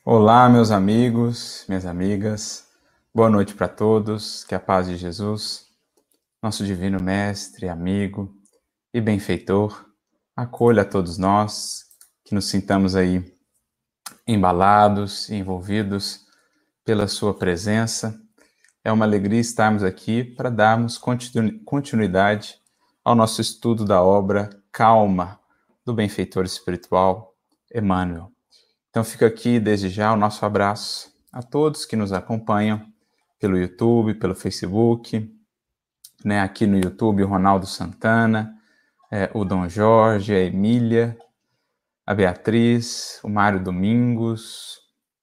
Olá, meus amigos, minhas amigas. Boa noite para todos. Que a paz de Jesus, nosso divino mestre, amigo e benfeitor, acolha a todos nós, que nos sintamos aí embalados e envolvidos pela sua presença. É uma alegria estarmos aqui para darmos continuidade ao nosso estudo da obra Calma, do benfeitor espiritual Emmanuel. Então fica aqui desde já o nosso abraço a todos que nos acompanham pelo YouTube, pelo Facebook, né? Aqui no YouTube o Ronaldo Santana, o Dom Jorge, a Emília, a Beatriz, o Mário Domingos,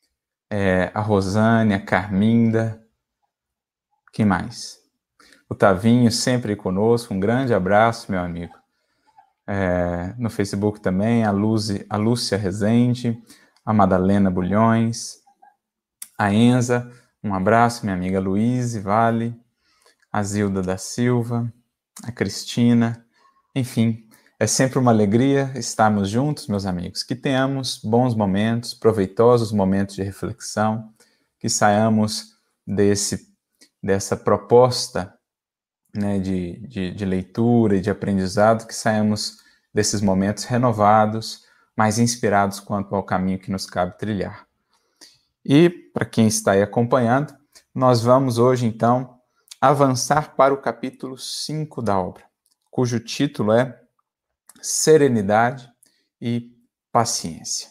a Rosane, a Carminda, quem mais? O Tavinho sempre conosco, um grande abraço, meu amigo. No Facebook também, a Lúcia Rezende, a Madalena Bulhões, a Enza, um abraço, minha amiga Luíse Vale, a Zilda da Silva, a Cristina, enfim, é sempre uma alegria estarmos juntos, meus amigos, que tenhamos bons momentos, proveitosos momentos de reflexão, que saiamos dessa proposta, né, de leitura e de aprendizado, que saiamos desses momentos renovados, mais inspirados quanto ao caminho que nos cabe trilhar. E, para quem está aí acompanhando, nós vamos hoje, então, avançar para o capítulo 5 da obra, cujo título é Serenidade e Paciência.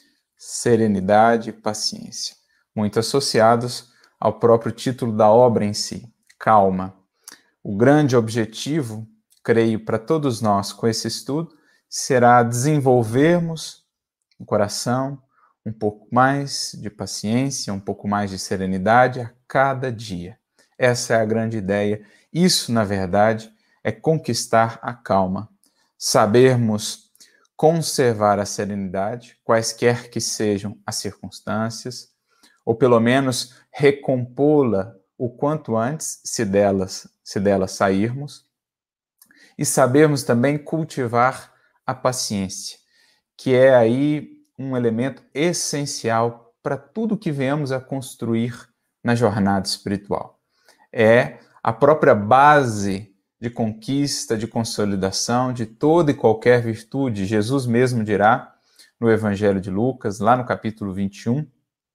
Serenidade e paciência, muito associados ao próprio título da obra em si, Calma. O grande objetivo, creio, para todos nós com esse estudo, será desenvolvermos no coração um pouco mais de paciência, um pouco mais de serenidade a cada dia. Essa é a grande ideia. Isso, na verdade, é conquistar a calma. Sabermos conservar a serenidade, quaisquer que sejam as circunstâncias, ou pelo menos recompô-la o quanto antes, se delas sairmos, e sabermos também cultivar a paciência, que é aí um elemento essencial para tudo que venhamos a construir na jornada espiritual. É a própria base de conquista, de consolidação de toda e qualquer virtude. Jesus mesmo dirá no Evangelho de Lucas, lá no capítulo 21,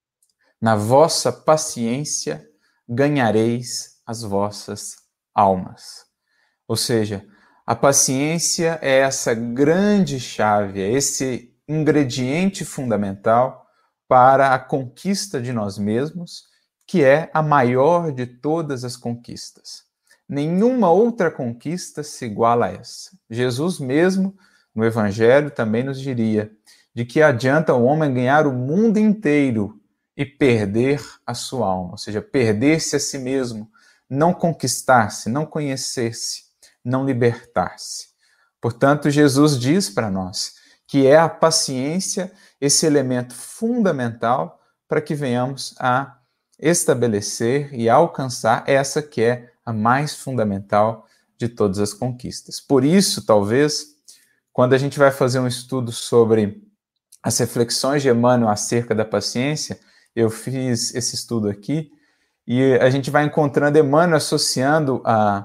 na vossa paciência ganhareis as vossas almas. Ou seja, a paciência é essa grande chave, é esse ingrediente fundamental para a conquista de nós mesmos, que é a maior de todas as conquistas. Nenhuma outra conquista se iguala a essa. Jesus mesmo, no Evangelho, também nos diria de que adianta o homem ganhar o mundo inteiro e perder a sua alma, ou seja, perder-se a si mesmo, não conquistar-se, não conhecer-se, não libertar-se. Portanto, Jesus diz para nós que é a paciência esse elemento fundamental para que venhamos a estabelecer e alcançar essa que é a mais fundamental de todas as conquistas. Por isso, talvez, quando a gente vai fazer um estudo sobre as reflexões de Emmanuel acerca da paciência, eu fiz esse estudo aqui, e a gente vai encontrando Emmanuel associando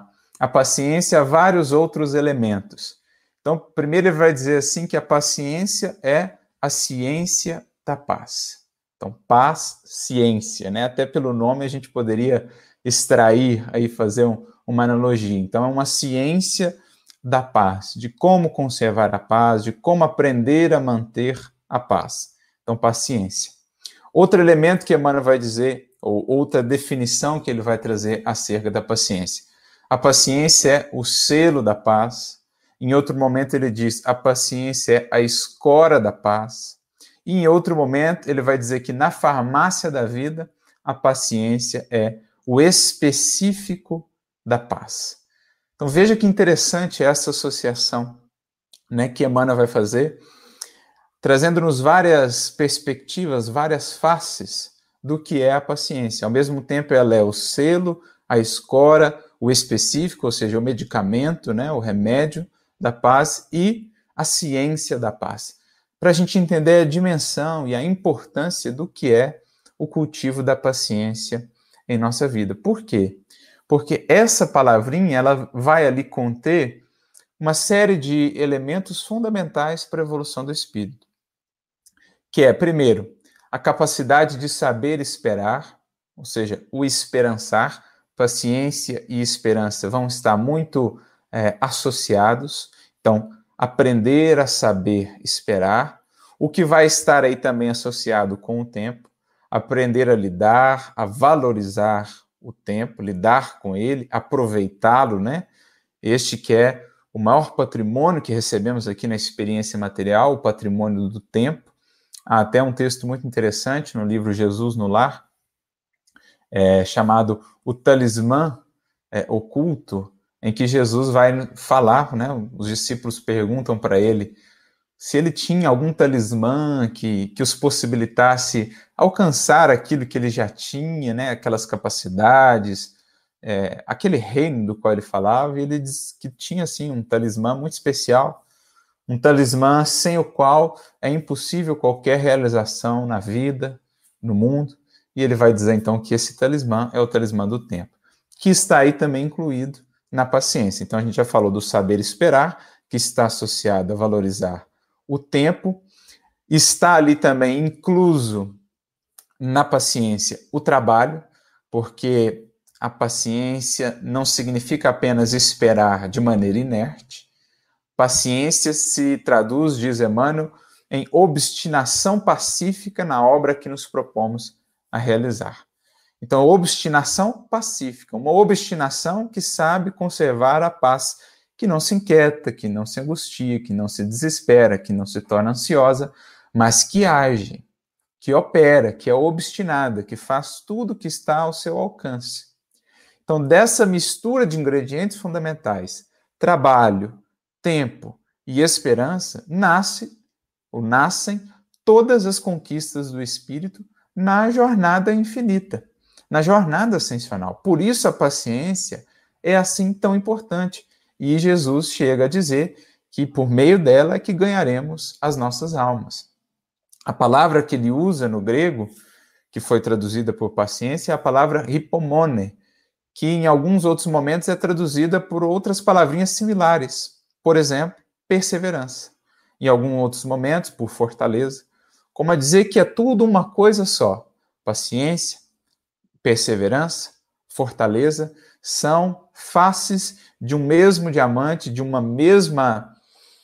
a paciência a vários outros elementos. Então, primeiro ele vai dizer assim que a paciência é a ciência da paz. Então, paz, ciência, né? Até pelo nome a gente poderia extrair, aí fazer uma analogia. Então, é uma ciência da paz, de como conservar a paz, de como aprender a manter a paz. Então, paciência. Outro elemento que Emmanuel vai dizer, ou outra definição que ele vai trazer acerca da paciência. A paciência é o selo da paz. Em outro momento ele diz, a paciência é a escora da paz. E em outro momento ele vai dizer que na farmácia da vida, a paciência é o específico da paz. Então veja que interessante essa associação, né, que Emmanuel vai fazer, trazendo-nos várias perspectivas, várias faces do que é a paciência. Ao mesmo tempo ela é o selo, a escora, o específico, ou seja, o medicamento, né, o remédio da paz e a ciência da paz. para a gente entender a dimensão e a importância do que é o cultivo da paciência em nossa vida. Por quê? Porque essa palavrinha, ela vai ali conter uma série de elementos fundamentais para a evolução do espírito. Que é, primeiro, a capacidade de saber esperar, ou seja, o esperançar. Paciência e esperança vão estar muito associados. Então, aprender a saber esperar, o que vai estar aí também associado com o tempo, aprender a lidar, a valorizar o tempo, lidar com ele, aproveitá-lo, né? Este que é o maior patrimônio que recebemos aqui na experiência material, o patrimônio do tempo. Há até um texto muito interessante no livro Jesus no Lar, chamado O Talismã Oculto, em que Jesus vai falar, né? Os discípulos perguntam para ele se ele tinha algum talismã que os possibilitasse alcançar aquilo que ele já tinha, né? Aquelas capacidades, aquele reino do qual ele falava, e ele diz que tinha, sim, um talismã muito especial, um talismã sem o qual é impossível qualquer realização na vida, no mundo. E ele vai dizer, então, que esse talismã é o talismã do tempo, que está aí também incluído na paciência. Então, a gente já falou do saber esperar, que está associado a valorizar o tempo. Está ali também incluso na paciência o trabalho, porque a paciência não significa apenas esperar de maneira inerte. Paciência se traduz, diz Emmanuel, em obstinação pacífica na obra que nos propomos a realizar. Então, obstinação pacífica, uma obstinação que sabe conservar a paz, que não se inquieta, que não se angustia, que não se desespera, que não se torna ansiosa, mas que age, que opera, que é obstinada, que faz tudo que está ao seu alcance. Então, dessa mistura de ingredientes fundamentais, trabalho, tempo e esperança, nascem todas as conquistas do espírito na jornada infinita, na jornada ascensional. Por isso a paciência é assim tão importante. E Jesus chega a dizer que por meio dela é que ganharemos as nossas almas. A palavra que ele usa no grego, que foi traduzida por paciência, é a palavra hipomone, que em alguns outros momentos é traduzida por outras palavrinhas similares. Por exemplo, perseverança. Em alguns outros momentos, por fortaleza. Como a dizer que é tudo uma coisa só. Paciência, perseverança, fortaleza, são faces de um mesmo diamante, de uma mesma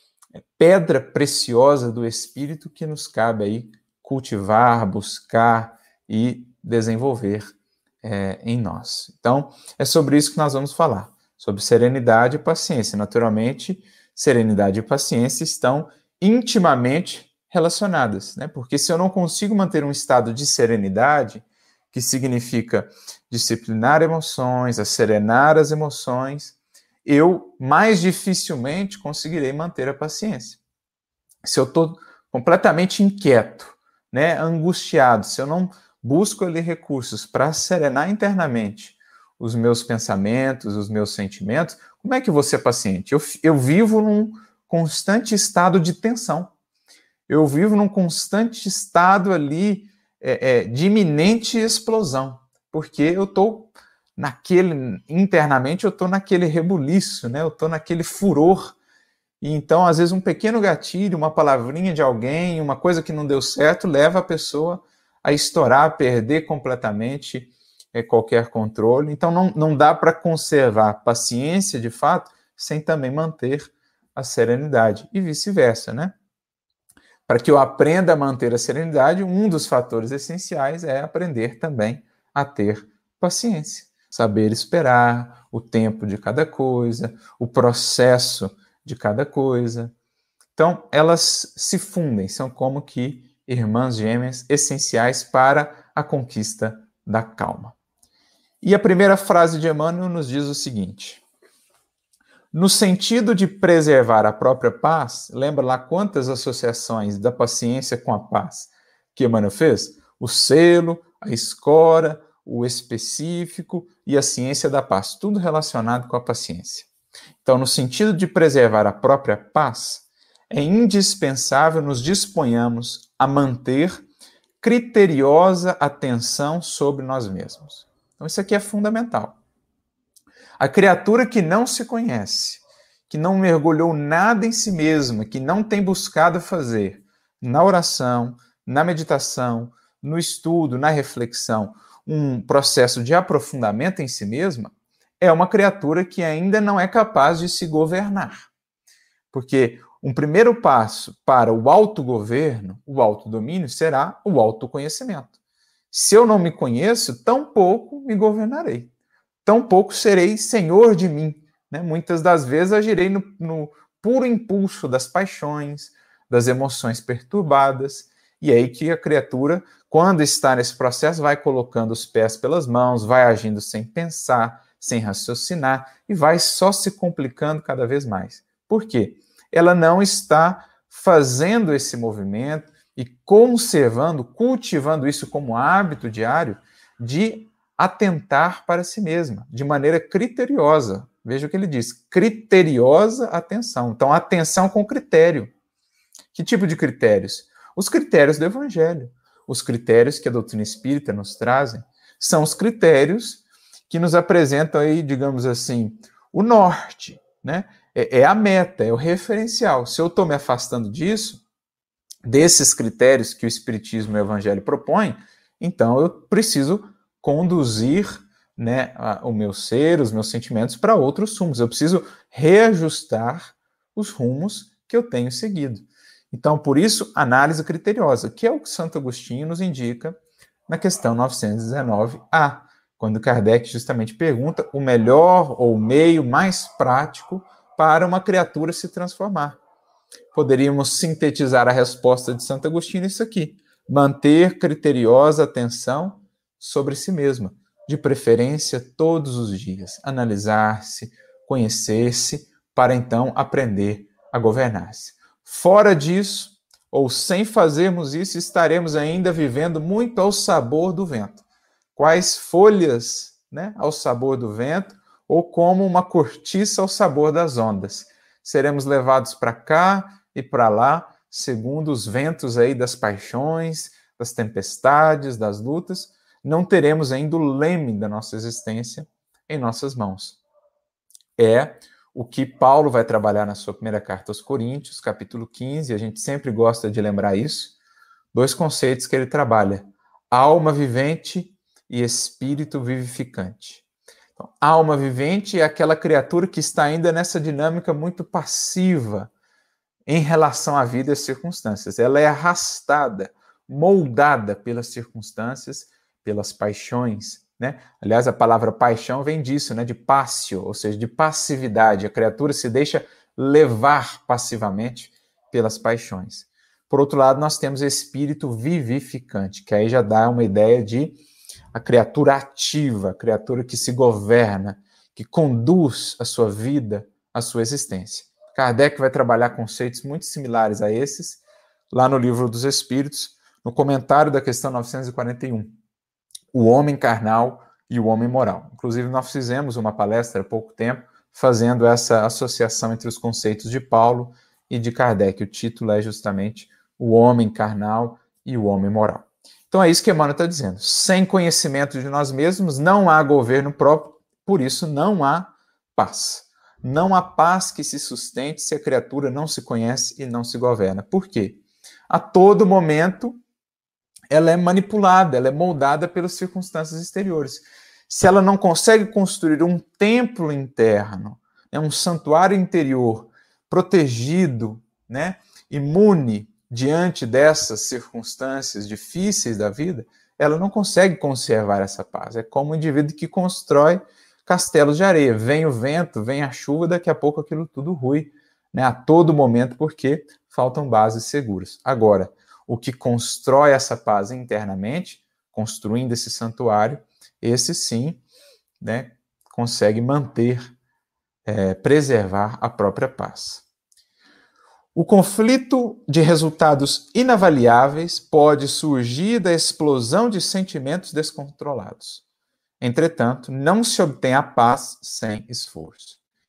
pedra preciosa do Espírito que nos cabe aí cultivar, buscar e desenvolver em nós. Então, é sobre isso que nós vamos falar, sobre serenidade e paciência. Naturalmente, serenidade e paciência estão intimamente relacionadas, né? Porque se eu não consigo manter um estado de serenidade, que significa disciplinar emoções, acerenar as emoções, eu mais dificilmente conseguirei manter a paciência. Se eu estou completamente inquieto, né, angustiado, se eu não busco ali recursos para serenar internamente os meus pensamentos, os meus sentimentos, como é que eu vou ser paciente? Eu vivo num constante estado de tensão. Eu vivo num constante estado ali de iminente explosão, porque eu estou internamente eu estou naquele rebuliço, né? Eu estou naquele furor. E então, às vezes, um pequeno gatilho, uma palavrinha de alguém, uma coisa que não deu certo, leva a pessoa a estourar, a perder completamente qualquer controle. Então, não dá para conservar paciência, de fato, sem também manter a serenidade. E vice-versa, né? Para que eu aprenda a manter a serenidade, um dos fatores essenciais é aprender também a ter paciência. Saber esperar o tempo de cada coisa, o processo de cada coisa. Então, elas se fundem, são como que irmãs gêmeas essenciais para a conquista da calma. E a primeira frase de Emmanuel nos diz o seguinte: no sentido de preservar a própria paz, lembra lá quantas associações da paciência com a paz que Emmanuel fez? O selo, a escora, o específico e a ciência da paz, tudo relacionado com a paciência. Então, no sentido de preservar a própria paz, é indispensável nos disponhamos a manter criteriosa atenção sobre nós mesmos. Então, isso aqui é fundamental. A criatura que não se conhece, que não mergulhou nada em si mesma, que não tem buscado fazer na oração, na meditação, no estudo, na reflexão, um processo de aprofundamento em si mesma, é uma criatura que ainda não é capaz de se governar. Porque um primeiro passo para o autogoverno, o autodomínio, será o autoconhecimento. Se eu não me conheço, tampouco me governarei. Tampouco serei senhor de mim. Né? Muitas das vezes agirei no puro impulso das paixões, das emoções perturbadas, e é aí que a criatura, quando está nesse processo, vai colocando os pés pelas mãos, vai agindo sem pensar, sem raciocinar, e vai só se complicando cada vez mais. Por quê? Ela não está fazendo esse movimento e conservando, cultivando isso como hábito diário de atentar para si mesma, de maneira criteriosa. Veja o que ele diz, criteriosa atenção. Então, atenção com critério. Que tipo de critérios? Os critérios do Evangelho. Os critérios que a doutrina espírita nos trazem são os critérios que nos apresentam aí, digamos assim, o norte, né? É a meta, é o referencial. Se eu estou me afastando disso, desses critérios que o Espiritismo e o Evangelho propõem, então eu preciso conduzir, né, o meu ser, os meus sentimentos para outros rumos. Eu preciso reajustar os rumos que eu tenho seguido. Então, por isso, análise criteriosa, que é o que Santo Agostinho nos indica na questão 919A, quando Kardec justamente pergunta o melhor ou o meio mais prático para uma criatura se transformar. Poderíamos sintetizar a resposta de Santo Agostinho nisso aqui: manter criteriosa atenção sobre si mesma, de preferência todos os dias, analisar-se, conhecer-se, para então aprender a governar-se. Fora disso, ou sem fazermos isso, estaremos ainda vivendo muito ao sabor do vento. Quais folhas, né, ao sabor do vento, ou como uma cortiça ao sabor das ondas. Seremos levados para cá e para lá, segundo os ventos aí das paixões, das tempestades, das lutas. Não teremos ainda o leme da nossa existência em nossas mãos. É o que Paulo vai trabalhar na sua primeira carta aos Coríntios, capítulo 15, a gente sempre gosta de lembrar isso. Dois conceitos que ele trabalha: alma vivente e espírito vivificante. Então, alma vivente é aquela criatura que está ainda nessa dinâmica muito passiva em relação à vida e às circunstâncias. Ela é arrastada, moldada pelas circunstâncias, pelas paixões, né? Aliás, a palavra paixão vem disso, né? De passio, ou seja, de passividade. A criatura se deixa levar passivamente pelas paixões. Por outro lado, nós temos espírito vivificante, que aí já dá uma ideia de a criatura ativa, a criatura que se governa, que conduz a sua vida, a sua existência. Kardec vai trabalhar conceitos muito similares a esses, lá no Livro dos Espíritos, no comentário da questão 941, o homem carnal e o homem moral. Inclusive, nós fizemos uma palestra há pouco tempo, fazendo essa associação entre os conceitos de Paulo e de Kardec. O título é justamente o homem carnal e o homem moral. Então é isso que Emmanuel está dizendo. Sem conhecimento de nós mesmos, não há governo próprio, por isso não há paz. Não há paz que se sustente se a criatura não se conhece e não se governa. Por quê? A todo momento, ela é manipulada, ela é moldada pelas circunstâncias exteriores. Se ela não consegue construir um templo interno, um santuário interior protegido, né, imune diante dessas circunstâncias difíceis da vida, ela não consegue conservar essa paz. É como um indivíduo que constrói castelos de areia. Vem o vento, vem a chuva, daqui a pouco aquilo tudo rui, né, a todo momento, porque faltam bases seguras. Agora, o que constrói essa paz internamente, construindo esse santuário, esse sim, né, consegue manter, preservar a própria paz. O conflito de resultados inavaliáveis pode surgir da explosão de sentimentos descontrolados. Entretanto, não se obtém a paz sem esforço.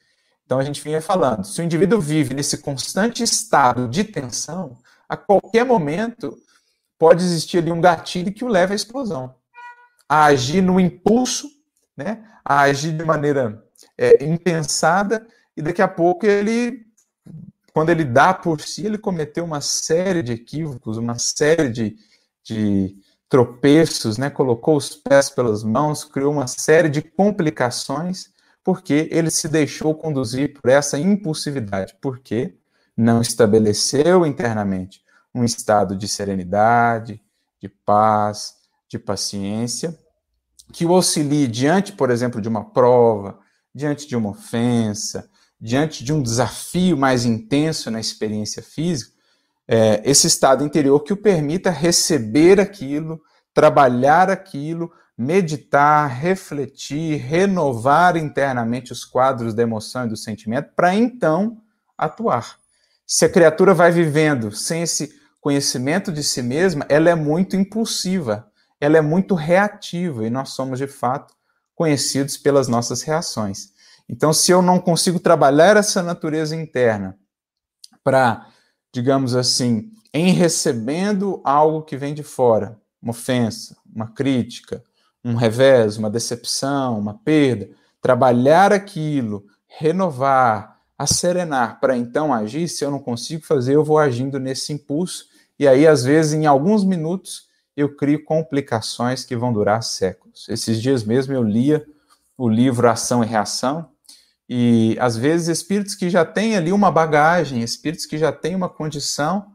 Então a gente vinha falando, se o indivíduo vive nesse constante estado de tensão, a qualquer momento pode existir ali um gatilho que o leva à explosão, a agir no impulso, né? A agir de maneira impensada, e daqui a pouco ele, quando ele dá por si, ele cometeu uma série de equívocos, uma série de tropeços, né? Colocou os pés pelas mãos, criou uma série de complicações, porque ele se deixou conduzir por essa impulsividade, porque não estabeleceu internamente um estado de serenidade, de paz, de paciência, que o auxilie diante, por exemplo, de uma prova, diante de uma ofensa, diante de um desafio mais intenso na experiência física, esse estado interior que o permita receber aquilo, trabalhar aquilo, meditar, refletir, renovar internamente os quadros da emoção e do sentimento, para então atuar. Se a criatura vai vivendo sem esse conhecimento de si mesma, ela é muito impulsiva, ela é muito reativa, e nós somos, de fato, conhecidos pelas nossas reações. Então, se eu não consigo trabalhar essa natureza interna para, digamos assim, em recebendo algo que vem de fora, uma ofensa, uma crítica, um revés, uma decepção, uma perda, trabalhar aquilo, renovar, acerenar para então agir, se eu não consigo fazer, eu vou agindo nesse impulso, e aí, às vezes, em alguns minutos, eu crio complicações que vão durar séculos. Esses dias mesmo eu lia o livro Ação e Reação, e às vezes espíritos que já têm ali uma bagagem, espíritos que já têm uma condição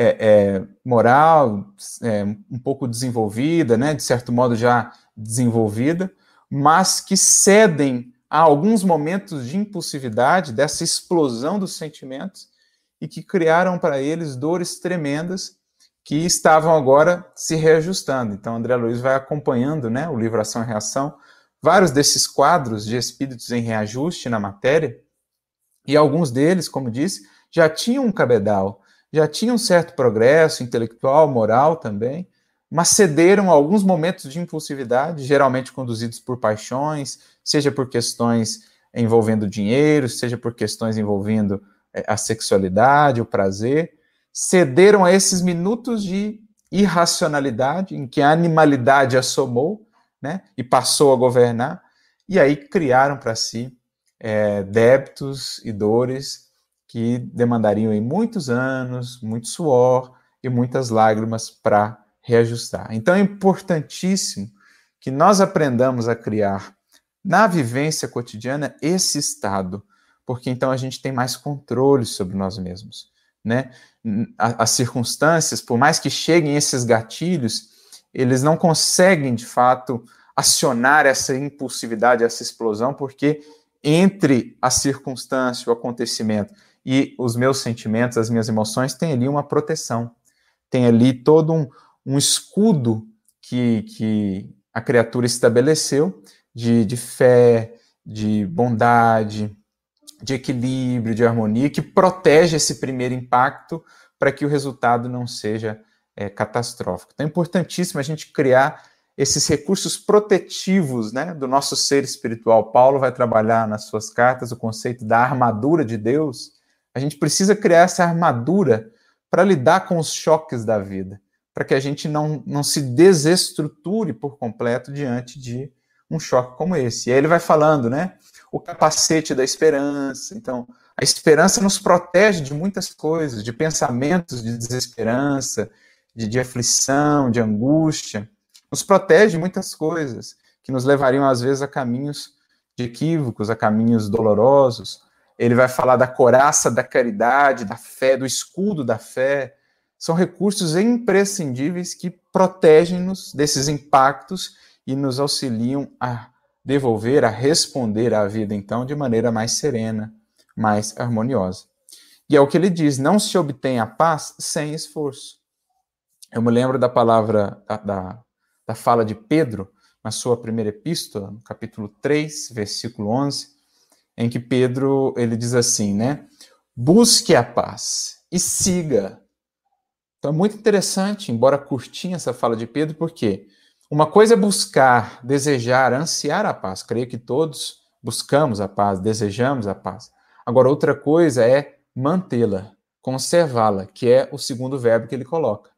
moral um pouco desenvolvida, né, de certo modo já desenvolvida, mas que cedem a alguns momentos de impulsividade, dessa explosão dos sentimentos, e que criaram para eles dores tremendas que estavam agora se reajustando. Então, André Luiz vai acompanhando, né, o livro Ação e Reação, vários desses quadros de espíritos em reajuste na matéria, e alguns deles, como disse, já tinham um cabedal, já tinham um certo progresso intelectual, moral também, mas cederam a alguns momentos de impulsividade, geralmente conduzidos por paixões, seja por questões envolvendo dinheiro, seja por questões envolvendo a sexualidade, o prazer, cederam a esses minutos de irracionalidade, em que a animalidade assomou, né, e passou a governar, e aí criaram para si débitos e dores que demandariam aí muitos anos, muito suor e muitas lágrimas para reajustar. Então é importantíssimo que nós aprendamos a criar na vivência cotidiana esse estado, porque então a gente tem mais controle sobre nós mesmos, né? As circunstâncias, por mais que cheguem esses gatilhos, eles não conseguem, de fato, acionar essa impulsividade, essa explosão, porque entre a circunstância, o acontecimento e os meus sentimentos, as minhas emoções, tem ali uma proteção, tem ali todo um escudo que a criatura estabeleceu de fé, de bondade, de equilíbrio, de harmonia, que protege esse primeiro impacto para que o resultado não seja catastrófico. Então é importantíssimo a gente criar esses recursos protetivos, né, do nosso ser espiritual. Paulo vai trabalhar nas suas cartas o conceito da armadura de Deus. A gente precisa criar essa armadura para lidar com os choques da vida, para que a gente não se desestruture por completo diante de um choque como esse. E aí ele vai falando, né, o capacete da esperança. Então, a esperança nos protege de muitas coisas, de pensamentos de desesperança, de aflição, de angústia. Nos protege de muitas coisas que nos levariam, às vezes, a caminhos de equívocos, a caminhos dolorosos. Ele vai falar da couraça da caridade, da fé, do escudo da fé. São recursos imprescindíveis que protegem-nos desses impactos e nos auxiliam a devolver, a responder à vida, então, de maneira mais serena, mais harmoniosa. E é o que ele diz, não se obtém a paz sem esforço. Eu me lembro da palavra, da fala de Pedro, na sua primeira epístola, no capítulo 3, versículo 11, em que Pedro, ele diz assim, né? Busque a paz e siga. Então é muito interessante, embora curtinha essa fala de Pedro, porque uma coisa é buscar, desejar, ansiar a paz. Creio que todos buscamos a paz, desejamos a paz. Agora, outra coisa é mantê-la, conservá-la, que é o segundo verbo que ele coloca.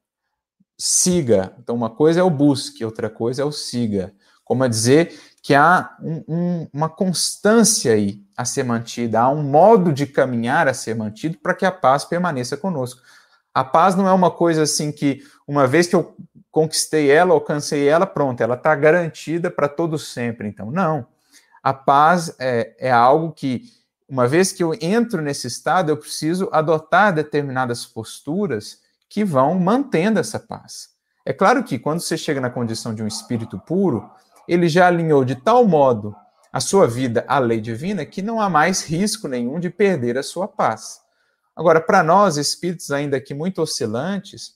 Siga. Então, uma coisa é o busque, outra coisa é o siga. Como a dizer que há uma constância aí a ser mantida, há um modo de caminhar a ser mantido para que a paz permaneça conosco. A paz não é uma coisa assim que, uma vez que eu conquistei ela, alcancei ela, pronto, ela está garantida para todo sempre. Então, não. A paz é algo que, uma vez que eu entro nesse estado, eu preciso adotar determinadas posturas que vão mantendo essa paz. É claro que quando você chega na condição de um espírito puro, ele já alinhou de tal modo a sua vida à lei divina que não há mais risco nenhum de perder a sua paz. Agora, para nós, espíritos ainda que muito oscilantes,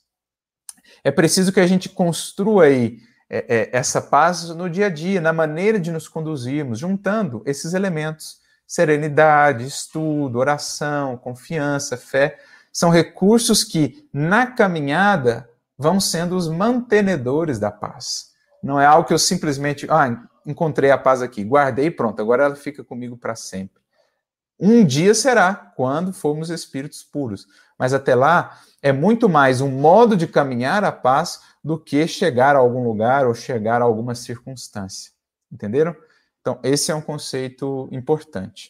é preciso que a gente construa aí essa paz no dia a dia, na maneira de nos conduzirmos, juntando esses elementos: serenidade, estudo, oração, confiança, fé. São recursos que, na caminhada, vão sendo os mantenedores da paz. Não é algo que eu simplesmente, encontrei a paz aqui, guardei e pronto, agora ela fica comigo para sempre. Um dia será, quando formos espíritos puros. Mas até lá, é muito mais um modo de caminhar a paz do que chegar a algum lugar ou chegar a alguma circunstância. Entenderam? Então, esse é um conceito importante.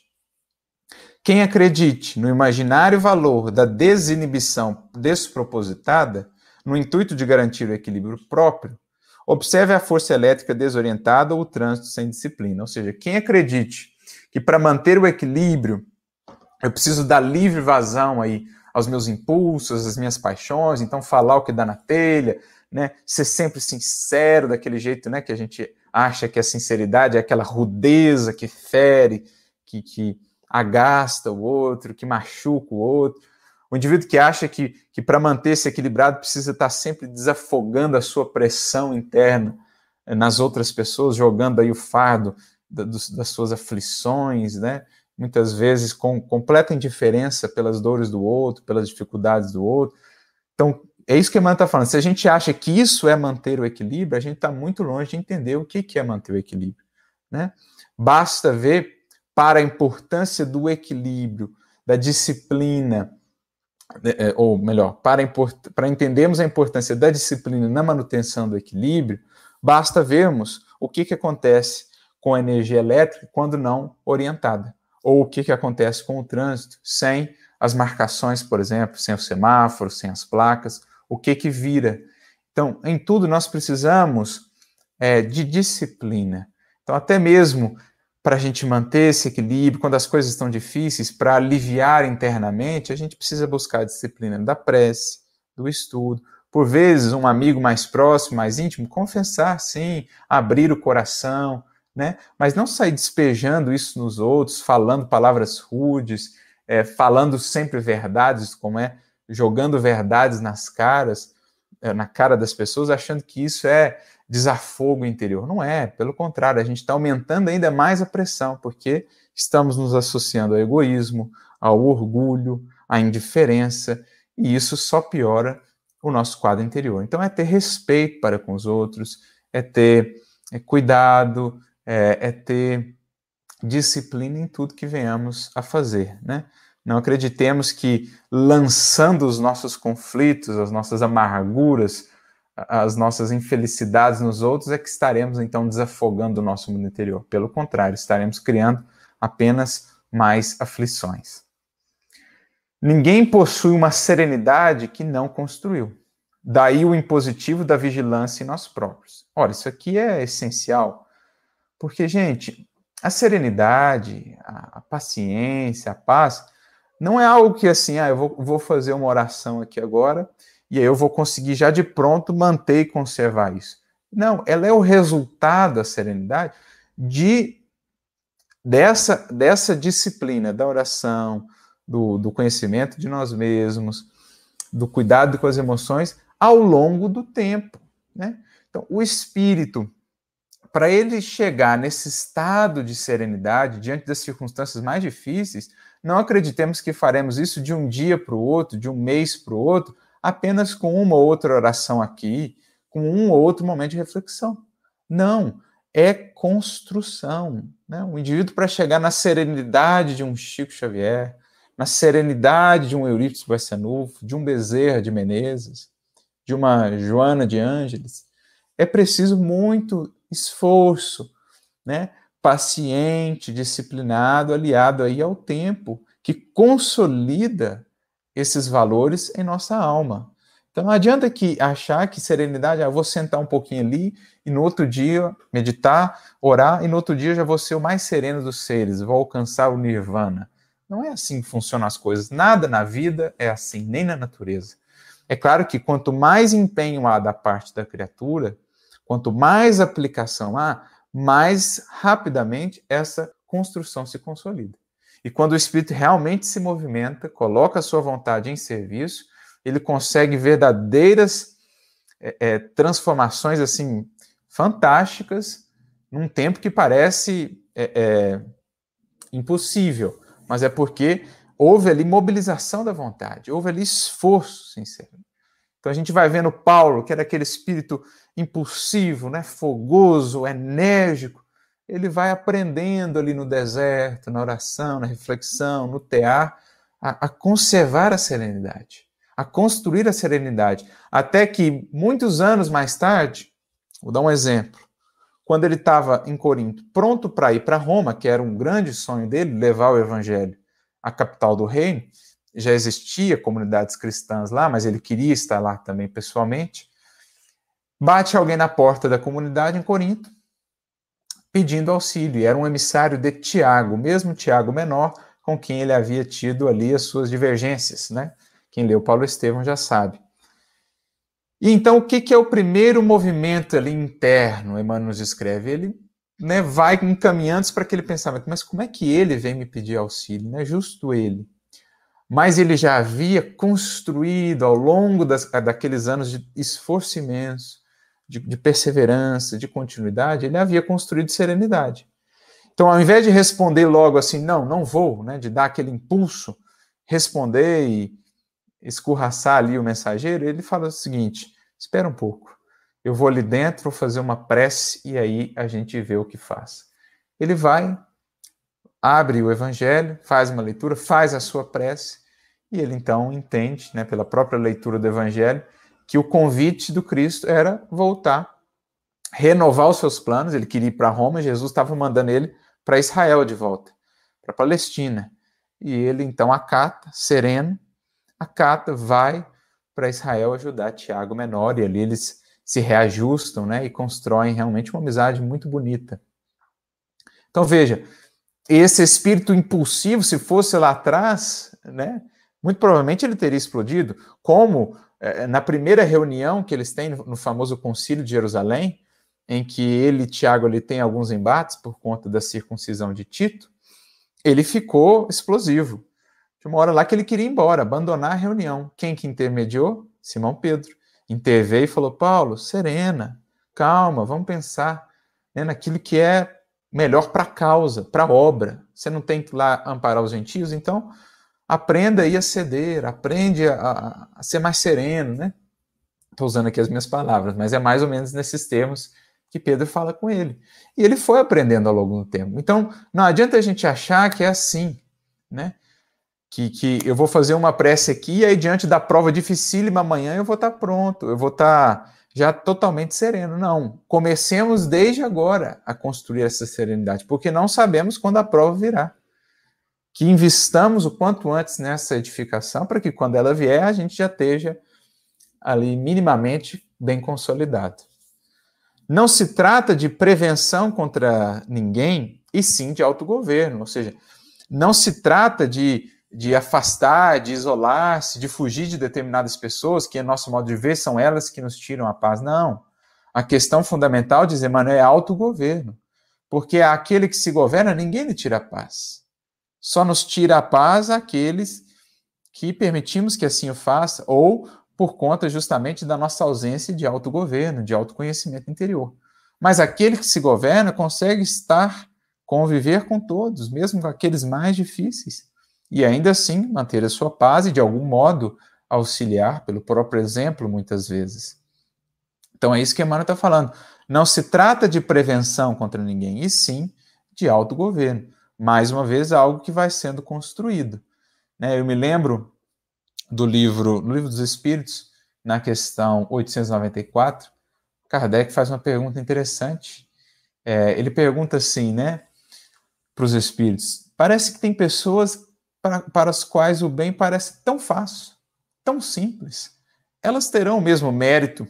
Quem acredite no imaginário valor da desinibição despropositada, no intuito de garantir o equilíbrio próprio, observe a força elétrica desorientada ou o trânsito sem disciplina. Ou seja, quem acredite que para manter o equilíbrio eu preciso dar livre vazão aí aos meus impulsos, às minhas paixões, então falar o que dá na telha, né? Ser sempre sincero daquele jeito, né, que a gente acha que a sinceridade é aquela rudeza que fere, que agasta o outro, que machuca o outro. O indivíduo que acha que para manter-se equilibrado precisa estar sempre desafogando a sua pressão interna nas outras pessoas, jogando aí o fardo das suas aflições, né? Muitas vezes com completa indiferença pelas dores do outro, pelas dificuldades do outro. Então, é isso que a Emmanuel está falando. Se a gente acha que isso é manter o equilíbrio, a gente está muito longe de entender o que é manter o equilíbrio, né? Basta ver para a importância do equilíbrio, da disciplina, ou melhor, para entendermos a importância da disciplina na manutenção do equilíbrio, basta vermos o que acontece com a energia elétrica quando não orientada, ou o que acontece com o trânsito sem as marcações, por exemplo, sem o semáforo, sem as placas, o que vira. Então, em tudo nós precisamos de disciplina. Então, até mesmo para a gente manter esse equilíbrio, quando as coisas estão difíceis, para aliviar internamente, a gente precisa buscar a disciplina da prece, do estudo. Por vezes, um amigo mais próximo, mais íntimo, confessar, sim, abrir o coração, né? Mas não sair despejando isso nos outros, falando palavras rudes, falando sempre verdades, jogando verdades na cara das pessoas, achando que isso é desafogo interior. Não é, pelo contrário, a gente está aumentando ainda mais a pressão, porque estamos nos associando ao egoísmo, ao orgulho, à indiferença, e isso só piora o nosso quadro interior. Então é ter respeito para com os outros, é ter cuidado, é ter disciplina em tudo que venhamos a fazer, né? Não acreditemos que lançando os nossos conflitos, as nossas amarguras, as nossas infelicidades nos outros é que estaremos, então, desafogando o nosso mundo interior. Pelo contrário, estaremos criando apenas mais aflições. Ninguém possui uma serenidade que não construiu. Daí o impositivo da vigilância em nós próprios. Ora, isso aqui é essencial, porque, gente, a serenidade, a paciência, a paz, não é algo que assim, eu vou fazer uma oração aqui agora e aí eu vou conseguir já de pronto manter e conservar isso. Não, ela é o resultado da serenidade dessa disciplina da oração, do conhecimento de nós mesmos, do cuidado com as emoções ao longo do tempo, né? Então, o espírito, para ele chegar nesse estado de serenidade diante das circunstâncias mais difíceis, não acreditemos que faremos isso de um dia para o outro, de um mês para o outro, apenas com uma ou outra oração aqui, com um ou outro momento de reflexão. Não, é construção, né? O indivíduo, para chegar na serenidade de um Chico Xavier, na serenidade de um Eurípides Barçanufo, de um Bezerra de Menezes, de uma Joana de Ângeles, é preciso muito esforço, né? Paciente, disciplinado, aliado aí ao tempo, que consolida esses valores em nossa alma. Então não adianta achar que serenidade, eu vou sentar um pouquinho ali e no outro dia meditar, orar, e no outro dia já vou ser o mais sereno dos seres, vou alcançar o nirvana. Não é assim que funcionam as coisas. Nada na vida é assim, nem na natureza. É claro que quanto mais empenho há da parte da criatura, quanto mais aplicação há, mais rapidamente essa construção se consolida. E quando o espírito realmente se movimenta, coloca a sua vontade em serviço, ele consegue verdadeiras transformações assim fantásticas num tempo que parece impossível, mas é porque houve ali mobilização da vontade, houve ali esforço sincero. Então a gente vai vendo Paulo, que era aquele espírito impulsivo, né, fogoso, enérgico, ele vai aprendendo ali no deserto, na oração, na reflexão, no tear, a conservar a serenidade, a construir a serenidade, até que muitos anos mais tarde, vou dar um exemplo, quando ele estava em Corinto, pronto para ir para Roma, que era um grande sonho dele, levar o evangelho à capital do reino, já existia comunidades cristãs lá, mas ele queria estar lá também pessoalmente, bate alguém na porta da comunidade em Corinto, pedindo auxílio, e era um emissário de Tiago, mesmo Tiago menor, com quem ele havia tido ali as suas divergências, né? Quem leu Paulo Estevão já sabe. E então, o que é o primeiro movimento ali interno, Emmanuel nos escreve? Ele, né, vai encaminhando para aquele pensamento, mas como é que ele vem me pedir auxílio? Não é justo ele. Mas ele já havia construído ao longo daqueles anos de esforço imenso, de perseverança, de continuidade, ele havia construído serenidade. Então, ao invés de responder logo assim, não vou, né, de dar aquele impulso, responder e escorraçar ali o mensageiro, ele fala o seguinte, espera um pouco, eu vou ali dentro, vou fazer uma prece e aí a gente vê o que faz. Ele vai, abre o evangelho, faz uma leitura, faz a sua prece e ele então entende, né, pela própria leitura do evangelho, que o convite do Cristo era voltar, renovar os seus planos, ele queria ir para Roma, Jesus estava mandando ele para Israel de volta, para a Palestina. E ele então acata, sereno, vai para Israel ajudar Tiago menor, e ali eles se reajustam, né, e constroem realmente uma amizade muito bonita. Então veja, esse espírito impulsivo, se fosse lá atrás, né, muito provavelmente ele teria explodido, como na primeira reunião que eles têm no famoso Concílio de Jerusalém, em que ele e Tiago ali têm alguns embates por conta da circuncisão de Tito, ele ficou explosivo. De uma hora lá que ele queria ir embora, abandonar a reunião. Quem que intermediou? Simão Pedro. Interveio e falou, Paulo, serena, calma, vamos pensar, né, naquilo que é melhor para a causa, para a obra. Você não tem que ir lá amparar os gentios, então aprenda aí a ceder, aprende a ser mais sereno, né? Estou usando aqui as minhas palavras, mas é mais ou menos nesses termos que Pedro fala com ele. E ele foi aprendendo ao longo do tempo. Então, não adianta a gente achar que é assim, né? Que eu vou fazer uma prece aqui e aí diante da prova dificílima amanhã eu vou estar pronto, eu vou estar já totalmente sereno. Não, comecemos desde agora a construir essa serenidade, porque não sabemos quando a prova virá. Que investamos o quanto antes nessa edificação para que quando ela vier a gente já esteja ali minimamente bem consolidado. Não se trata de prevenção contra ninguém, e sim de autogoverno, ou seja, não se trata de afastar, de isolar-se, de fugir de determinadas pessoas, que, a nosso modo de ver, são elas que nos tiram a paz. Não. A questão fundamental, diz Emmanuel, é autogoverno. Porque aquele que se governa, ninguém lhe tira a paz. Só nos tira a paz aqueles que permitimos que assim o faça, ou por conta justamente da nossa ausência de autogoverno, de autoconhecimento interior. Mas aquele que se governa consegue conviver com todos, mesmo com aqueles mais difíceis, e ainda assim manter a sua paz e, de algum modo, auxiliar pelo próprio exemplo, muitas vezes. Então é isso que Emmanuel está falando. Não se trata de prevenção contra ninguém, e sim de autogoverno. Mais uma vez, algo que vai sendo construído. Né? Eu me lembro no livro dos Espíritos, na questão 894, Kardec faz uma pergunta interessante. Ele pergunta assim, né, para os espíritos: parece que tem pessoas para as quais o bem parece tão fácil, tão simples. Elas terão o mesmo mérito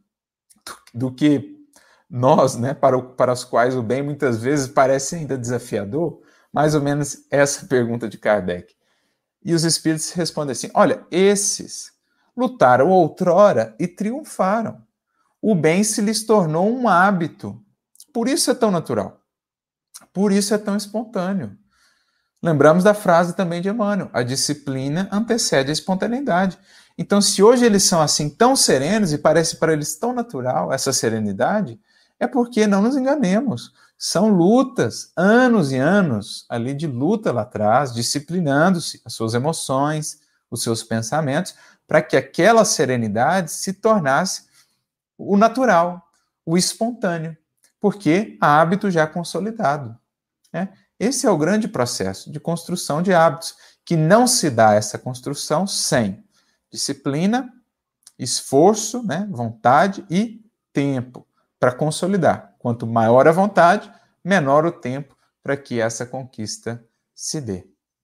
do que nós, né, para as quais o bem muitas vezes parece ainda desafiador? Mais ou menos essa pergunta de Kardec. E os espíritos respondem assim: olha, esses lutaram outrora e triunfaram. O bem se lhes tornou um hábito. Por isso é tão natural. Por isso é tão espontâneo. Lembramos da frase também de Emmanuel: a disciplina antecede a espontaneidade. Então, se hoje eles são assim tão serenos e parece para eles tão natural essa serenidade, é porque, não nos enganemos, são lutas, anos e anos ali de luta lá atrás, disciplinando-se as suas emoções, os seus pensamentos, para que aquela serenidade se tornasse o natural, o espontâneo, porque há hábito já consolidado. Né? Esse é o grande processo de construção de hábitos, que não se dá essa construção sem disciplina, esforço, né, vontade e tempo para consolidar. Quanto maior a vontade, menor o tempo para que essa conquista se dê.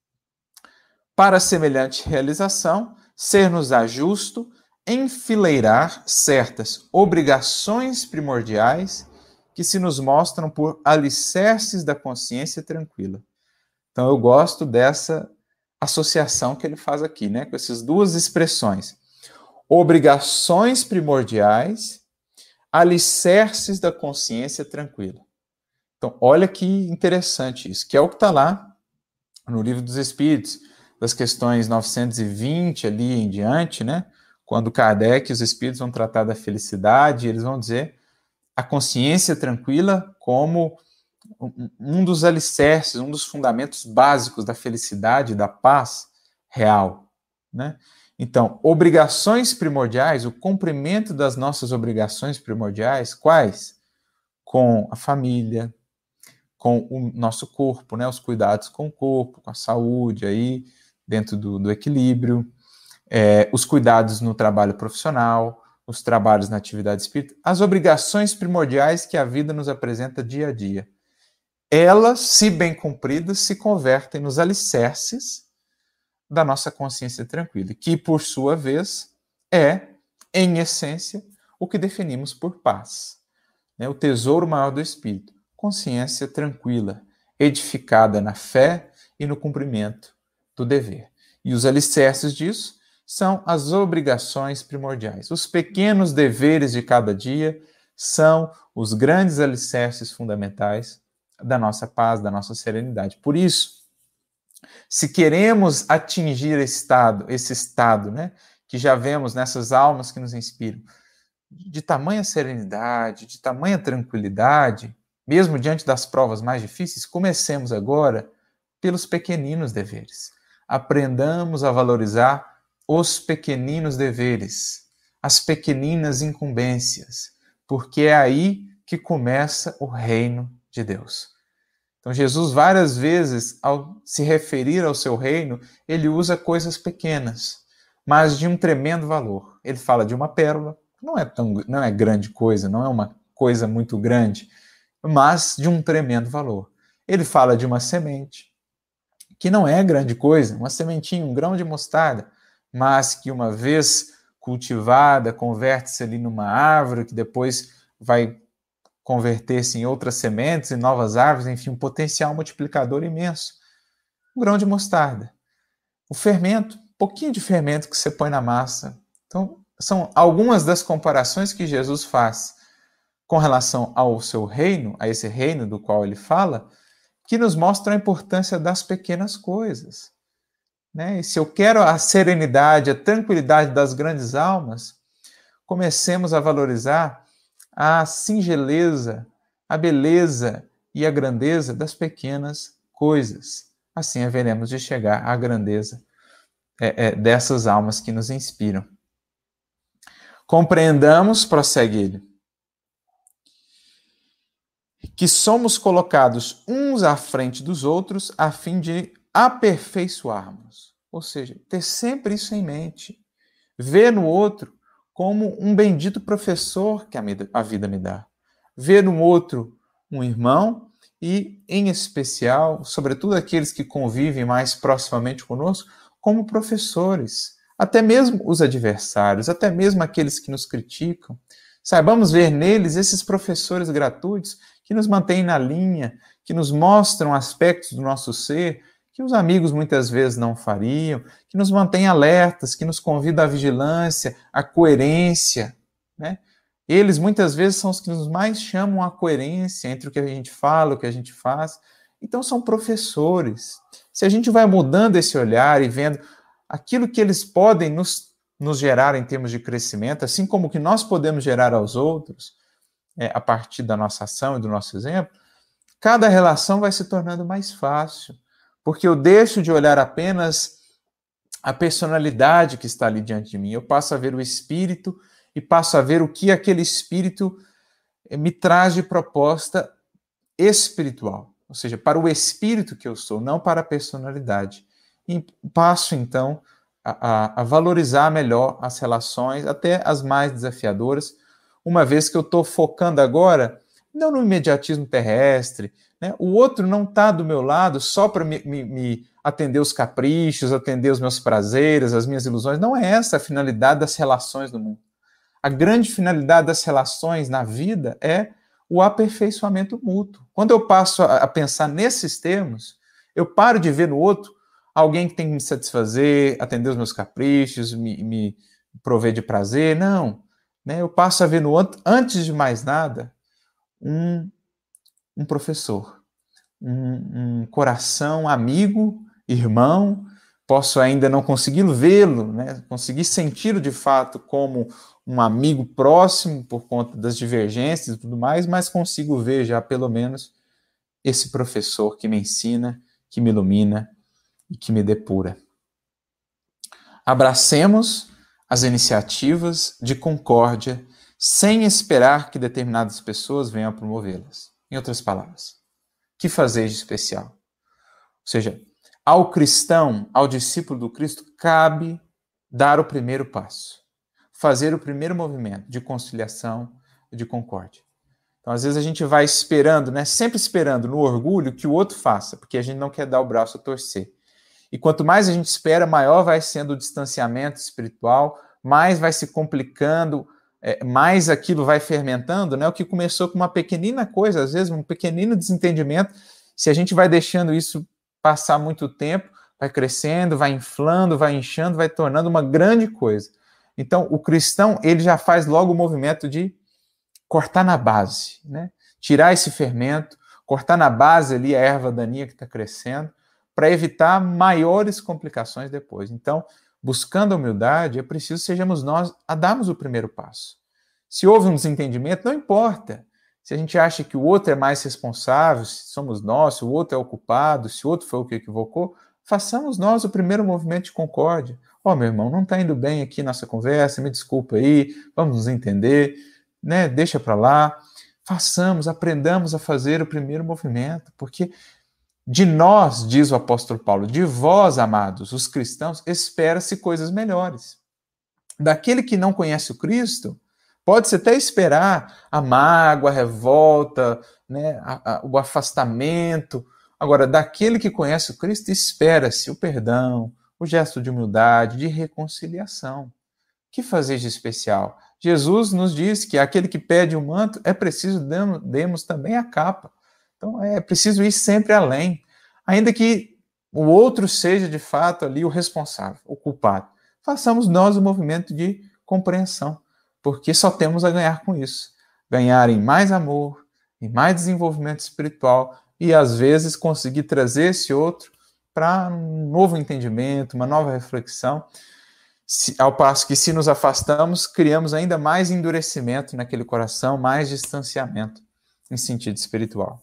Para semelhante realização, ser-nos-á justo enfileirar certas obrigações primordiais que se nos mostram por alicerces da consciência tranquila. Então, eu gosto dessa associação que ele faz aqui, né, com essas duas expressões: obrigações primordiais, alicerces da consciência tranquila. Então, olha que interessante isso, que é o que está lá no Livro dos Espíritos, das questões 920 ali em diante, né? Quando Kardec e os Espíritos vão tratar da felicidade, eles vão dizer a consciência tranquila como um dos alicerces, um dos fundamentos básicos da felicidade, da paz real, né? Então, obrigações primordiais, o cumprimento das nossas obrigações primordiais, quais? Com a família, com o nosso corpo, né? Os cuidados com o corpo, com a saúde, aí, dentro do equilíbrio, os cuidados no trabalho profissional, os trabalhos na atividade espírita, as obrigações primordiais que a vida nos apresenta dia a dia. Elas, se bem cumpridas, se convertem nos alicerces da nossa consciência tranquila, que, por sua vez, é, em essência, o que definimos por paz. O tesouro maior do espírito, consciência tranquila, edificada na fé e no cumprimento do dever. E os alicerces disso são as obrigações primordiais. Os pequenos deveres de cada dia são os grandes alicerces fundamentais da nossa paz, da nossa serenidade. Por isso, se queremos atingir esse estado, né, que já vemos nessas almas que nos inspiram, de tamanha serenidade, de tamanha tranquilidade, mesmo diante das provas mais difíceis, comecemos agora pelos pequeninos deveres. Aprendamos a valorizar os pequeninos deveres, as pequeninas incumbências, porque é aí que começa o reino de Deus. Então, Jesus, várias vezes, ao se referir ao seu reino, ele usa coisas pequenas, mas de um tremendo valor. Ele fala de uma pérola, não é grande coisa, não é uma coisa muito grande, mas de um tremendo valor. Ele fala de uma semente, que não é grande coisa, uma sementinha, um grão de mostarda, mas que uma vez cultivada, converte-se ali numa árvore, que depois vai converter-se em outras sementes, em novas árvores, enfim, um potencial multiplicador imenso. Um grão de mostarda. O fermento, um pouquinho de fermento que você põe na massa. Então, são algumas das comparações que Jesus faz com relação ao seu reino, a esse reino do qual ele fala, que nos mostram a importância das pequenas coisas. Né? E se eu quero a serenidade, a tranquilidade das grandes almas, comecemos a valorizar a singeleza, a beleza e a grandeza das pequenas coisas. Assim haveremos de chegar à grandeza dessas almas que nos inspiram. Compreendamos, prossegue ele, que somos colocados uns à frente dos outros a fim de aperfeiçoarmos. Ou seja, ter sempre isso em mente. Ver no outro como um bendito professor que a vida me dá. Ver no outro um irmão e, em especial, sobretudo aqueles que convivem mais proximamente conosco, como professores. Até mesmo os adversários, até mesmo aqueles que nos criticam. Saibamos ver neles esses professores gratuitos que nos mantêm na linha, que nos mostram aspectos do nosso ser que os amigos muitas vezes não fariam, que nos mantêm alertas, que nos convidam à vigilância, à coerência, né? Eles muitas vezes são os que nos mais chamam à coerência entre o que a gente fala, o que a gente faz. Então são professores. Se a gente vai mudando esse olhar e vendo aquilo que eles podem nos gerar em termos de crescimento, assim como que nós podemos gerar aos outros, a partir da nossa ação e do nosso exemplo, cada relação vai se tornando mais fácil, porque eu deixo de olhar apenas a personalidade que está ali diante de mim, eu passo a ver o espírito e passo a ver o que aquele espírito me traz de proposta espiritual, ou seja, para o espírito que eu sou, não para a personalidade. E passo, então, a valorizar melhor as relações, até as mais desafiadoras, uma vez que eu estou focando agora, não no imediatismo terrestre, né? O outro não está do meu lado só para me atender os caprichos, atender os meus prazeres, as minhas ilusões. Não é essa a finalidade das relações no mundo. A grande finalidade das relações na vida é o aperfeiçoamento mútuo. Quando eu passo a pensar nesses termos, eu paro de ver no outro alguém que tem que me satisfazer, atender os meus caprichos, me prover de prazer. Não. Né? Eu passo a ver no outro, antes de mais nada, um professor, um coração amigo, irmão. Posso ainda não conseguir vê-lo, né? Conseguir senti-lo de fato como um amigo próximo por conta das divergências e tudo mais, mas consigo ver já pelo menos esse professor que me ensina, que me ilumina e que me depura. Abracemos as iniciativas de concórdia sem esperar que determinadas pessoas venham a promovê-las. Em outras palavras, que fazeis de especial? Ou seja, ao cristão, ao discípulo do Cristo, cabe dar o primeiro passo, fazer o primeiro movimento de conciliação e de concórdia. Então, às vezes a gente vai esperando, né, sempre esperando no orgulho que o outro faça, porque a gente não quer dar o braço a torcer. E quanto mais a gente espera, maior vai sendo o distanciamento espiritual, mais vai se complicando, mais aquilo vai fermentando, né? O que começou com uma pequenina coisa, às vezes um pequenino desentendimento, se a gente vai deixando isso passar muito tempo, vai crescendo, vai inflando, vai inchando, vai tornando uma grande coisa. Então, o cristão, ele já faz logo o movimento de cortar na base, né? Tirar esse fermento, cortar na base ali a erva daninha que está crescendo, para evitar maiores complicações depois. Então, buscando a humildade, é preciso sejamos nós a darmos o primeiro passo. Se houve um desentendimento, não importa. Se a gente acha que o outro é mais responsável, se somos nós, se o outro é o culpado, se o outro foi o que equivocou, façamos nós o primeiro movimento de concórdia. Meu irmão, não está indo bem aqui nossa conversa, me desculpa aí, vamos nos entender, né? Deixa para lá. Façamos, aprendamos a fazer o primeiro movimento, porque de nós, diz o apóstolo Paulo, de vós, amados, os cristãos, espera-se coisas melhores. Daquele que não conhece o Cristo, pode-se até esperar a mágoa, a revolta, né, o afastamento. Agora, daquele que conhece o Cristo, espera-se o perdão, o gesto de humildade, de reconciliação. Que fazer de especial? Jesus nos diz que aquele que pede o manto, é preciso demos também a capa. Então, é preciso ir sempre além, ainda que o outro seja, de fato, ali o responsável, o culpado. Façamos nós o movimento de compreensão, porque só temos a ganhar com isso. Ganhar em mais amor, em mais desenvolvimento espiritual e, às vezes, conseguir trazer esse outro para um novo entendimento, uma nova reflexão, ao passo que, se nos afastamos, criamos ainda mais endurecimento naquele coração, mais distanciamento em sentido espiritual.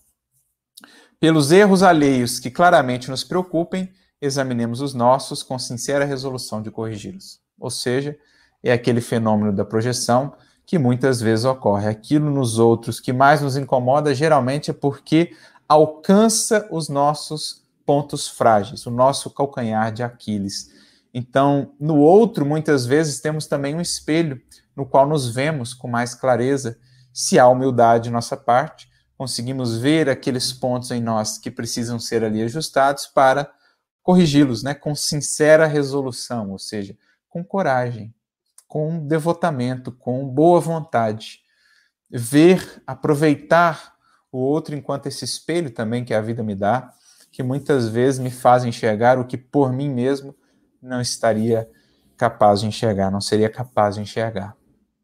Pelos erros alheios que claramente nos preocupem, examinemos os nossos com sincera resolução de corrigi-los. Ou seja, é aquele fenômeno da projeção que muitas vezes ocorre. Aquilo nos outros que mais nos incomoda, geralmente é porque alcança os nossos pontos frágeis, o nosso calcanhar de Aquiles. Então, no outro, muitas vezes, temos também um espelho no qual nos vemos com mais clareza. Se há humildade de nossa parte, conseguimos ver aqueles pontos em nós que precisam ser ali ajustados para corrigi-los, né, com sincera resolução, ou seja, com coragem, com devotamento, com boa vontade. Ver, aproveitar o outro enquanto esse espelho também que a vida me dá, que muitas vezes me faz enxergar o que por mim mesmo não estaria capaz de enxergar, não seria capaz de enxergar.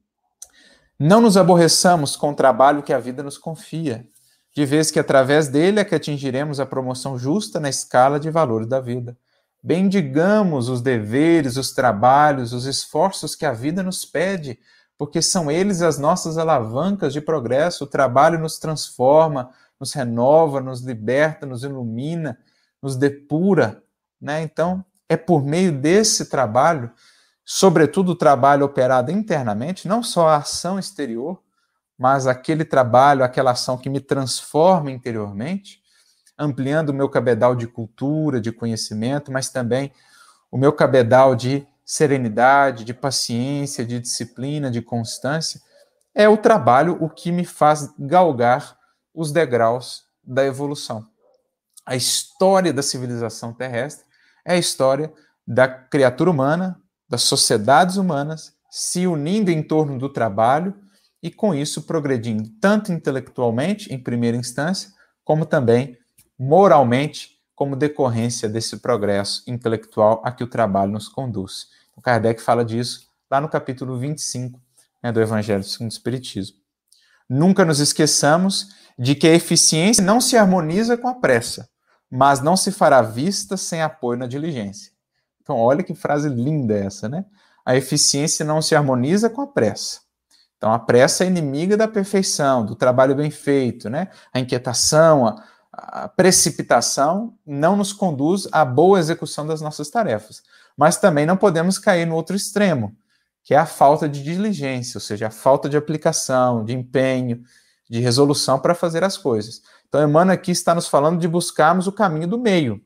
Não nos aborreçamos com o trabalho que a vida nos confia, de vez que através dele é que atingiremos a promoção justa na escala de valores da vida. Bendigamos os deveres, os trabalhos, os esforços que a vida nos pede, porque são eles as nossas alavancas de progresso. O trabalho nos transforma, nos renova, nos liberta, nos ilumina, nos depura, né? Então, é por meio desse trabalho, sobretudo o trabalho operado internamente, não só a ação exterior, mas aquele trabalho, aquela ação que me transforma interiormente, ampliando o meu cabedal de cultura, de conhecimento, mas também o meu cabedal de serenidade, de paciência, de disciplina, de constância, é o trabalho o que me faz galgar os degraus da evolução. A história da civilização terrestre é a história da criatura humana, das sociedades humanas, se unindo em torno do trabalho e, com isso, progredindo tanto intelectualmente, em primeira instância, como também moralmente, como decorrência desse progresso intelectual a que o trabalho nos conduz. O Kardec fala disso lá no capítulo 25, né, do Evangelho segundo o Espiritismo. Nunca nos esqueçamos de que a eficiência não se harmoniza com a pressa, mas não se fará vista sem apoio na diligência. Então, olha que frase linda essa, né? A eficiência não se harmoniza com a pressa. Então, a pressa é inimiga da perfeição, do trabalho bem feito, né? A inquietação, a precipitação não nos conduz à boa execução das nossas tarefas. Mas também não podemos cair no outro extremo, que é a falta de diligência, ou seja, a falta de aplicação, de empenho, de resolução para fazer as coisas. Então, Emmanuel aqui está nos falando de buscarmos o caminho do meio.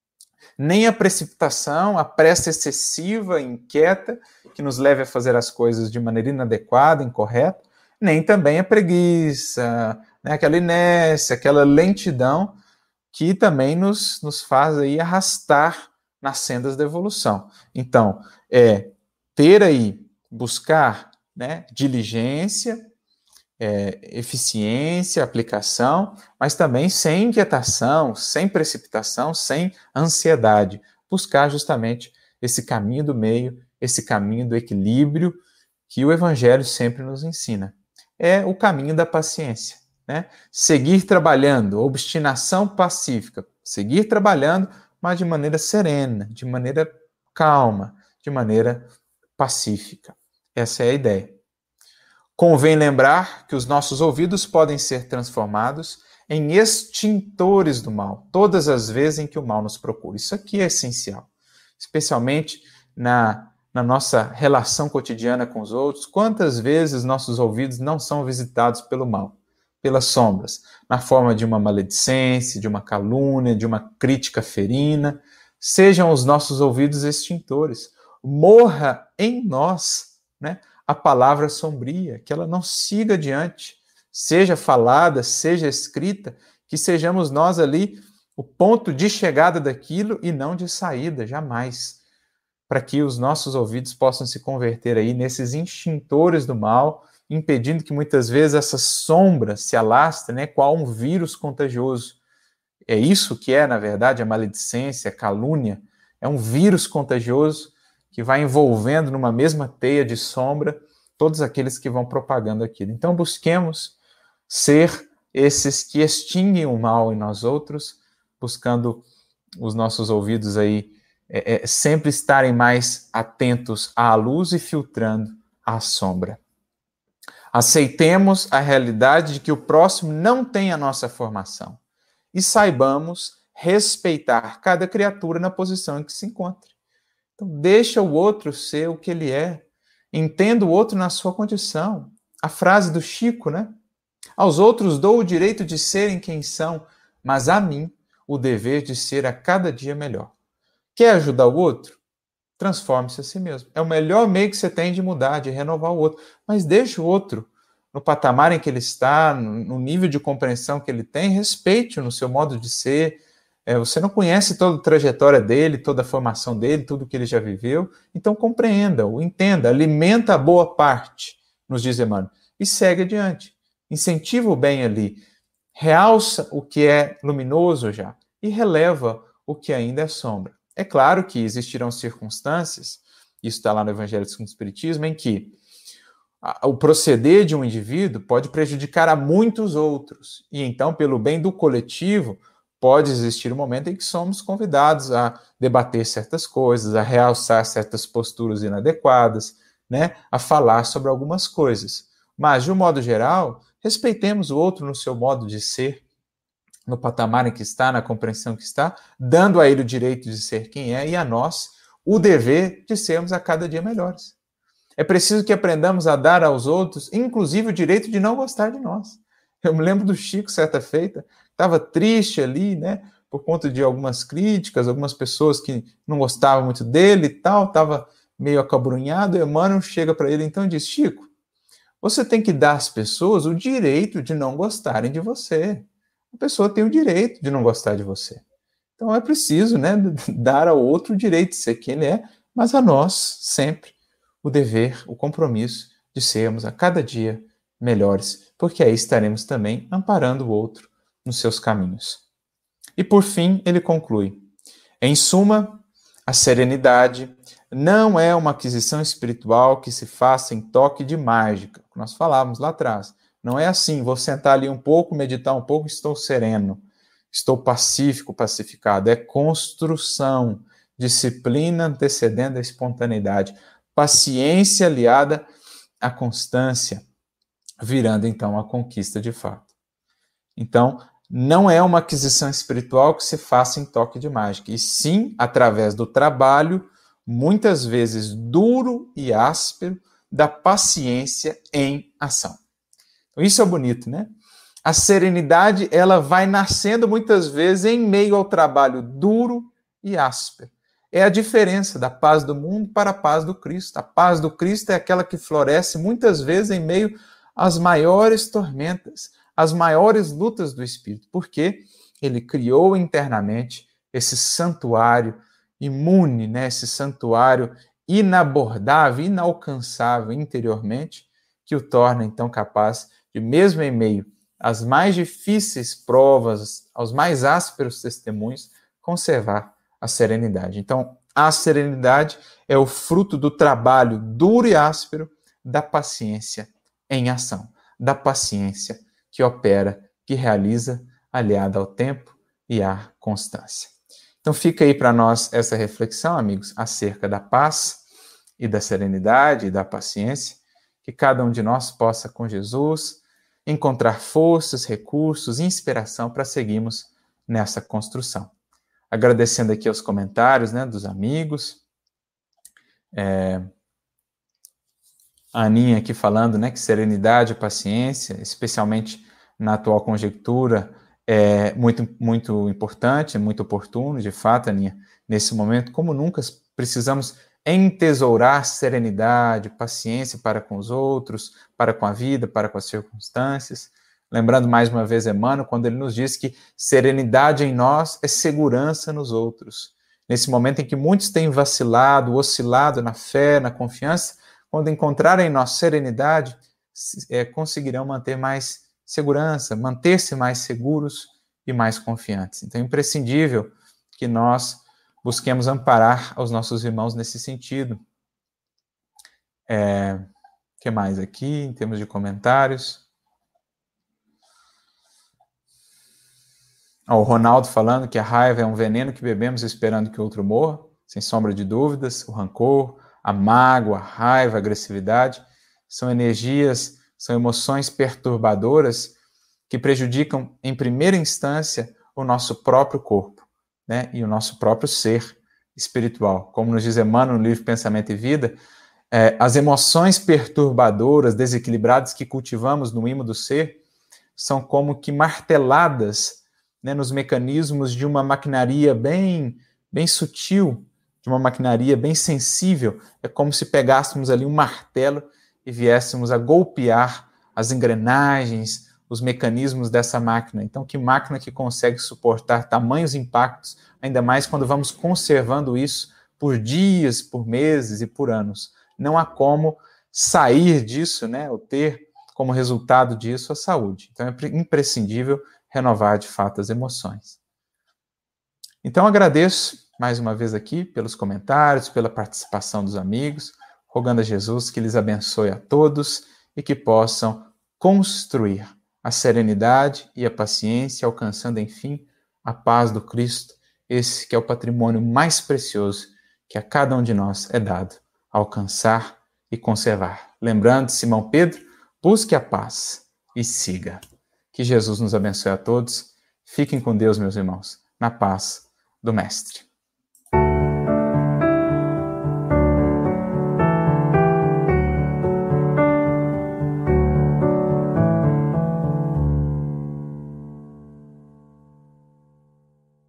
Nem a precipitação, a pressa excessiva, inquieta, que nos leve a fazer as coisas de maneira inadequada, incorreta, nem também a preguiça, né, aquela inércia, aquela lentidão que também nos faz aí arrastar nas sendas da evolução. Então, ter aí, buscar, né, diligência, eficiência, aplicação, mas também sem inquietação, sem precipitação, sem ansiedade. Buscar justamente esse caminho do meio, esse caminho do equilíbrio que o Evangelho sempre nos ensina. É o caminho da paciência, né? Seguir trabalhando, obstinação pacífica, seguir trabalhando, mas de maneira serena, de maneira calma, de maneira pacífica. Essa é a ideia. Convém lembrar que os nossos ouvidos podem ser transformados em extintores do mal, todas as vezes em que o mal nos procura. Isso aqui é essencial, especialmente na nossa relação cotidiana com os outros. Quantas vezes nossos ouvidos não são visitados pelo mal, pelas sombras, na forma de uma maledicência, de uma calúnia, de uma crítica ferina? Sejam os nossos ouvidos extintores. Morra em nós, né, a palavra sombria, que ela não siga adiante, seja falada, seja escrita, que sejamos nós ali o ponto de chegada daquilo e não de saída, jamais, para que os nossos ouvidos possam se converter aí nesses extintores do mal, impedindo que muitas vezes essa sombra se alastre, né, qual um vírus contagioso. É isso que é, na verdade, a maledicência, a calúnia, é um vírus contagioso que vai envolvendo numa mesma teia de sombra todos aqueles que vão propagando aquilo. Então, busquemos ser esses que extinguem o mal em nós outros, buscando os nossos ouvidos aí sempre estarem mais atentos à luz e filtrando a sombra. Aceitemos a realidade de que o próximo não tem a nossa formação e saibamos respeitar cada criatura na posição em que se encontra. Então, deixa o outro ser o que ele é. Entenda o outro na sua condição. a frase do Chico, né? Aos outros dou o direito de serem quem são, mas a mim o dever de ser a cada dia melhor. Quer ajudar o outro? Transforme-se a si mesmo. É o melhor meio que você tem de mudar, de renovar o outro. Mas deixe o outro no patamar em que ele está, no nível de compreensão que ele tem, respeite-o no seu modo de ser. Você não conhece toda a trajetória dele, toda a formação dele, tudo que ele já viveu, então compreenda-o, entenda, alimenta a boa parte, nos diz Emmanuel, e segue adiante. Incentiva o bem ali, realça o que é luminoso já e releva o que ainda é sombra. É claro que existirão circunstâncias, isso está lá no Evangelho segundo o Espiritismo, em que o proceder de um indivíduo pode prejudicar a muitos outros. E então, pelo bem do coletivo, pode existir um momento em que somos convidados a debater certas coisas, a realçar certas posturas inadequadas, né? A falar sobre algumas coisas. Mas, de um modo geral, respeitemos o outro no seu modo de ser, no patamar em que está, na compreensão que está, dando a ele o direito de ser quem é e a nós o dever de sermos a cada dia melhores. É preciso que aprendamos a dar aos outros, inclusive, o direito de não gostar de nós. Eu me lembro do Chico, certa feita, estava triste ali, né, por conta de algumas críticas, algumas pessoas que não gostavam muito dele e tal, estava meio acabrunhado, e Emmanuel chega para ele então e diz, Chico, você tem que dar às pessoas o direito de não gostarem de você. A pessoa tem o direito de não gostar de você. Então é preciso, né, dar ao outro o direito de ser quem ele é, mas a nós, sempre, o dever, o compromisso de sermos a cada dia melhores, porque aí estaremos também amparando o outro nos seus caminhos. E por fim, ele conclui: em suma, a serenidade não é uma aquisição espiritual que se faça em toque de mágica, que nós falávamos lá atrás. Não é assim, vou sentar ali um pouco, meditar um pouco, estou sereno, estou pacífico, pacificado. É construção, disciplina antecedendo a espontaneidade, paciência aliada à constância, virando então a conquista de fato. Então, não é uma aquisição espiritual que se faça em toque de mágica, e sim através do trabalho, muitas vezes duro e áspero, da paciência em ação. Então, isso é bonito, né? A serenidade, ela vai nascendo muitas vezes em meio ao trabalho duro e áspero. É a diferença da paz do mundo para a paz do Cristo. A paz do Cristo é aquela que floresce muitas vezes em meio às maiores tormentas, às maiores lutas do Espírito, porque ele criou internamente esse santuário imune, né? Esse santuário inabordável, inalcançável interiormente, que o torna então capaz de, mesmo em meio às mais difíceis provas, aos mais ásperos testemunhos, conservar a serenidade. Então, a serenidade é o fruto do trabalho duro e áspero da paciência em ação, da paciência que opera, que realiza, aliada ao tempo e à constância. Então, fica aí para nós essa reflexão, amigos, acerca da paz e da serenidade e da paciência, que cada um de nós possa, com Jesus, encontrar forças, recursos, inspiração para seguirmos nessa construção. Agradecendo aqui aos comentários, né, dos amigos. A Aninha aqui falando, né, que serenidade e paciência, especialmente na atual conjectura, é muito, muito importante, muito oportuno, de fato, Aninha, nesse momento, como nunca precisamos entesourar serenidade, paciência para com os outros, para com a vida, para com as circunstâncias. Lembrando mais uma vez Emmanuel, quando ele nos diz que serenidade em nós é segurança nos outros. Nesse momento em que muitos têm vacilado, oscilado na fé, na confiança, quando encontrarem em nós serenidade, conseguirão manter mais segurança, manter-se mais seguros e mais confiantes. Então é imprescindível que nós busquemos amparar aos nossos irmãos nesse sentido. O que mais aqui, em termos de comentários? O Ronaldo falando que a raiva é um veneno que bebemos esperando que o outro morra, sem sombra de dúvidas. O rancor, a mágoa, a raiva, a agressividade são energias, são emoções perturbadoras que prejudicam, em primeira instância, o nosso próprio corpo, né? E o nosso próprio ser espiritual. Como nos diz Emmanuel no livro Pensamento e Vida, As emoções perturbadoras, desequilibradas que cultivamos no imo do ser são como que marteladas, né, nos mecanismos de uma maquinaria bem sutil, de uma maquinaria bem sensível. É como se pegássemos ali um martelo e viéssemos a golpear as engrenagens, os mecanismos dessa máquina. Então, que máquina que consegue suportar tamanhos impactos, ainda mais quando vamos conservando isso por dias, por meses e por anos. Não há como sair disso, né, ou ter como resultado disso a saúde. Então, é imprescindível renovar de fato as emoções. Então, agradeço mais uma vez aqui pelos comentários, pela participação dos amigos, rogando a Jesus que lhes abençoe a todos e que possam construir a serenidade e a paciência, alcançando, enfim, a paz do Cristo, esse que é o patrimônio mais precioso que a cada um de nós é dado, alcançar e conservar. Lembrando, Simão Pedro, busque a paz e siga. Que Jesus nos abençoe a todos. Fiquem com Deus, meus irmãos, na paz do Mestre.